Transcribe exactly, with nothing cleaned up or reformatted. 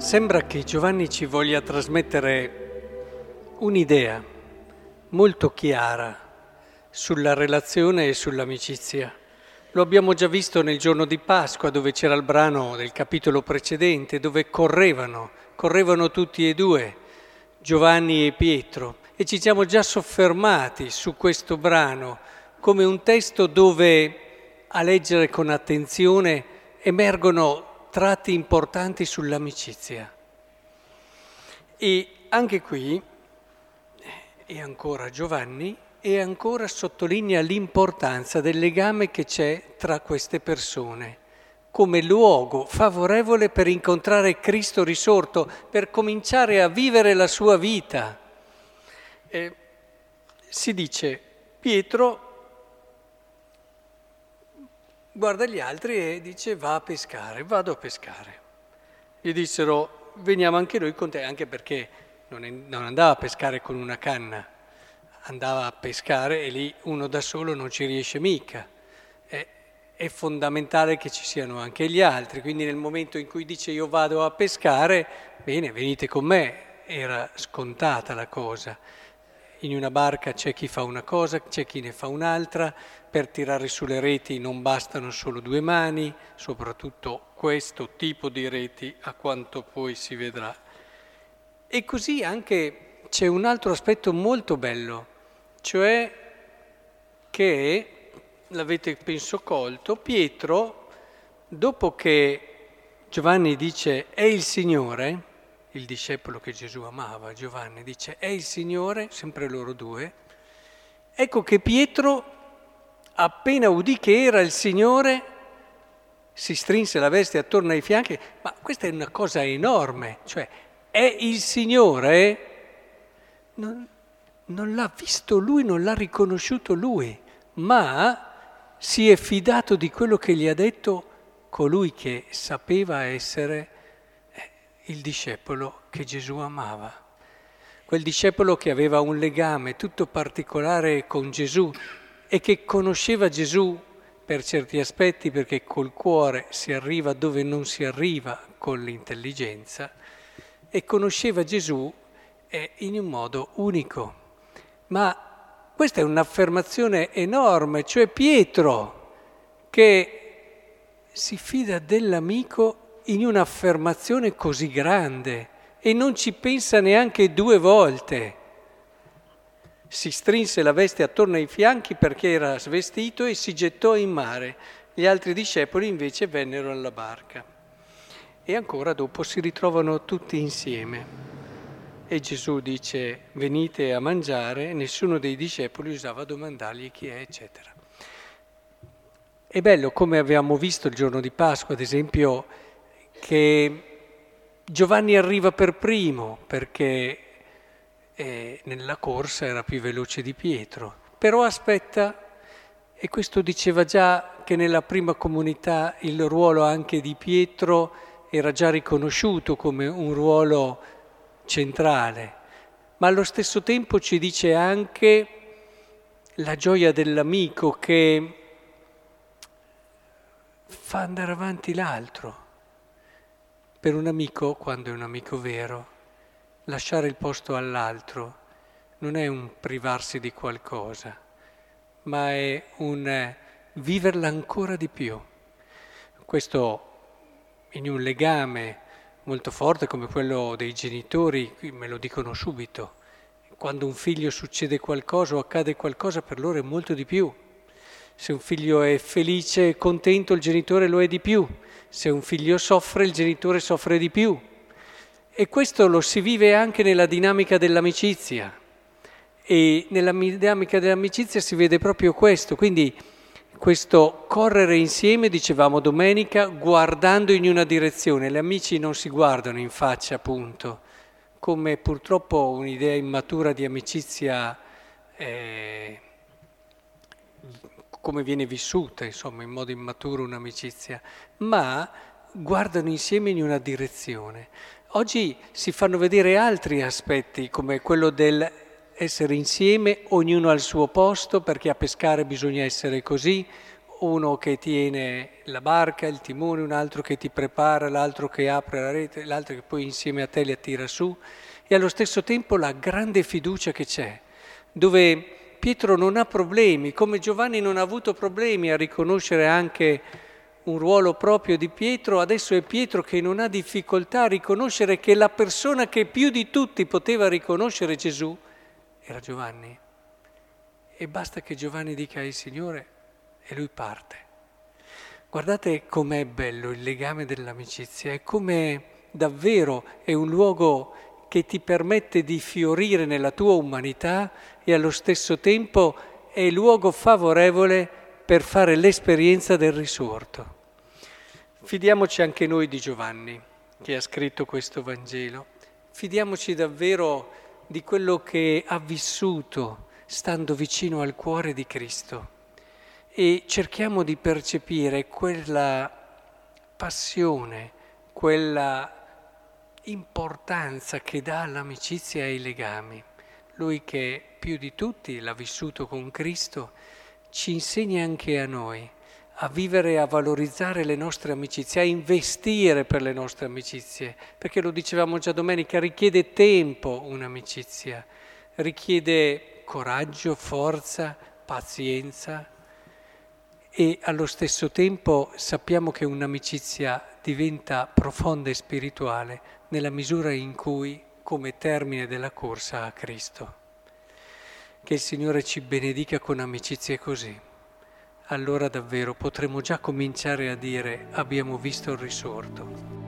Sembra che Giovanni ci voglia trasmettere un'idea molto chiara sulla relazione e sull'amicizia. Lo abbiamo già visto nel giorno di Pasqua, dove c'era il brano del capitolo precedente, dove correvano, correvano tutti e due, Giovanni e Pietro, e ci siamo già soffermati su questo brano come un testo dove, a leggere con attenzione, emergono tratti importanti sull'amicizia. E anche qui, e ancora Giovanni, e ancora sottolinea l'importanza del legame che c'è tra queste persone, come luogo favorevole per incontrare Cristo risorto, per cominciare a vivere la sua vita. Eh, si dice, Pietro guarda gli altri e dice va a pescare, vado a pescare. Gli dissero veniamo anche noi con te, anche perché non, è, non andava a pescare con una canna, andava a pescare e lì uno da solo non ci riesce mica. È, è fondamentale che ci siano anche gli altri, quindi nel momento in cui dice io vado a pescare, bene, venite con me, era scontata la cosa. In una barca c'è chi fa una cosa, c'è chi ne fa un'altra, per tirare su le reti non bastano solo due mani, soprattutto questo tipo di reti, a quanto poi si vedrà. E così anche c'è un altro aspetto molto bello, cioè che, l'avete penso colto, Pietro, dopo che Giovanni dice è il Signore, il discepolo che Gesù amava, Giovanni, dice è il Signore, sempre loro due, ecco che Pietro, appena udì che era il Signore, si strinse la veste attorno ai fianchi, ma questa è una cosa enorme, cioè è il Signore, non, non l'ha visto lui, non l'ha riconosciuto lui, ma si è fidato di quello che gli ha detto colui che sapeva essere il discepolo che Gesù amava, quel discepolo che aveva un legame tutto particolare con Gesù e che conosceva Gesù per certi aspetti, perché col cuore si arriva dove non si arriva con l'intelligenza, e conosceva Gesù in un modo unico. Ma questa è un'affermazione enorme, cioè Pietro che si fida dell'amico in un'affermazione così grande e non ci pensa neanche due volte. Si strinse la veste attorno ai fianchi perché era svestito e si gettò in mare. Gli altri discepoli invece vennero alla barca. E ancora dopo si ritrovano tutti insieme. E Gesù dice venite a mangiare, nessuno dei discepoli osava domandargli chi è, eccetera. È bello, come abbiamo visto il giorno di Pasqua, ad esempio, che Giovanni arriva per primo perché eh, nella corsa era più veloce di Pietro, però aspetta, e questo diceva già che nella prima comunità il ruolo anche di Pietro era già riconosciuto come un ruolo centrale, ma allo stesso tempo ci dice anche la gioia dell'amico che fa andare avanti l'altro. Per un amico, quando è un amico vero, lasciare il posto all'altro non è un privarsi di qualcosa, ma è un viverla ancora di più. Questo in un legame molto forte come quello dei genitori, qui me lo dicono subito, quando un figlio succede qualcosa o accade qualcosa per loro è molto di più. Se un figlio è felice e contento, il genitore lo è di più. Se un figlio soffre, il genitore soffre di più. E questo lo si vive anche nella dinamica dell'amicizia. E nella dinamica dell'amicizia si vede proprio questo. Quindi questo correre insieme, dicevamo domenica, guardando in una direzione. Gli amici non si guardano in faccia, appunto, come purtroppo un'idea immatura di amicizia eh, come viene vissuta, insomma, in modo immaturo un'amicizia, ma guardano insieme in una direzione. Oggi si fanno vedere altri aspetti, come quello del essere insieme, ognuno al suo posto, perché a pescare bisogna essere così, uno che tiene la barca, il timone, un altro che ti prepara, l'altro che apre la rete, l'altro che poi insieme a te li attira su, e allo stesso tempo la grande fiducia che c'è, dove Pietro non ha problemi, come Giovanni non ha avuto problemi a riconoscere anche un ruolo proprio di Pietro, adesso è Pietro che non ha difficoltà a riconoscere che la persona che più di tutti poteva riconoscere Gesù era Giovanni. E basta che Giovanni dica il Signore e lui parte. Guardate com'è bello il legame dell'amicizia, è come davvero è un luogo che ti permette di fiorire nella tua umanità e allo stesso tempo è il luogo favorevole per fare l'esperienza del risorto. Fidiamoci anche noi di Giovanni, che ha scritto questo Vangelo. Fidiamoci davvero di quello che ha vissuto stando vicino al cuore di Cristo e cerchiamo di percepire quella passione, quella importanza che dà all'amicizia e ai legami. Lui che più di tutti l'ha vissuto con Cristo ci insegna anche a noi a vivere e a valorizzare le nostre amicizie, a investire per le nostre amicizie, perché lo dicevamo già domenica, richiede tempo un'amicizia, richiede coraggio, forza, pazienza e allo stesso tempo sappiamo che un'amicizia diventa profonda e spirituale nella misura in cui, come termine della corsa, ha Cristo. Che il Signore ci benedica con amicizie così. Allora davvero potremo già cominciare a dire abbiamo visto il risorto.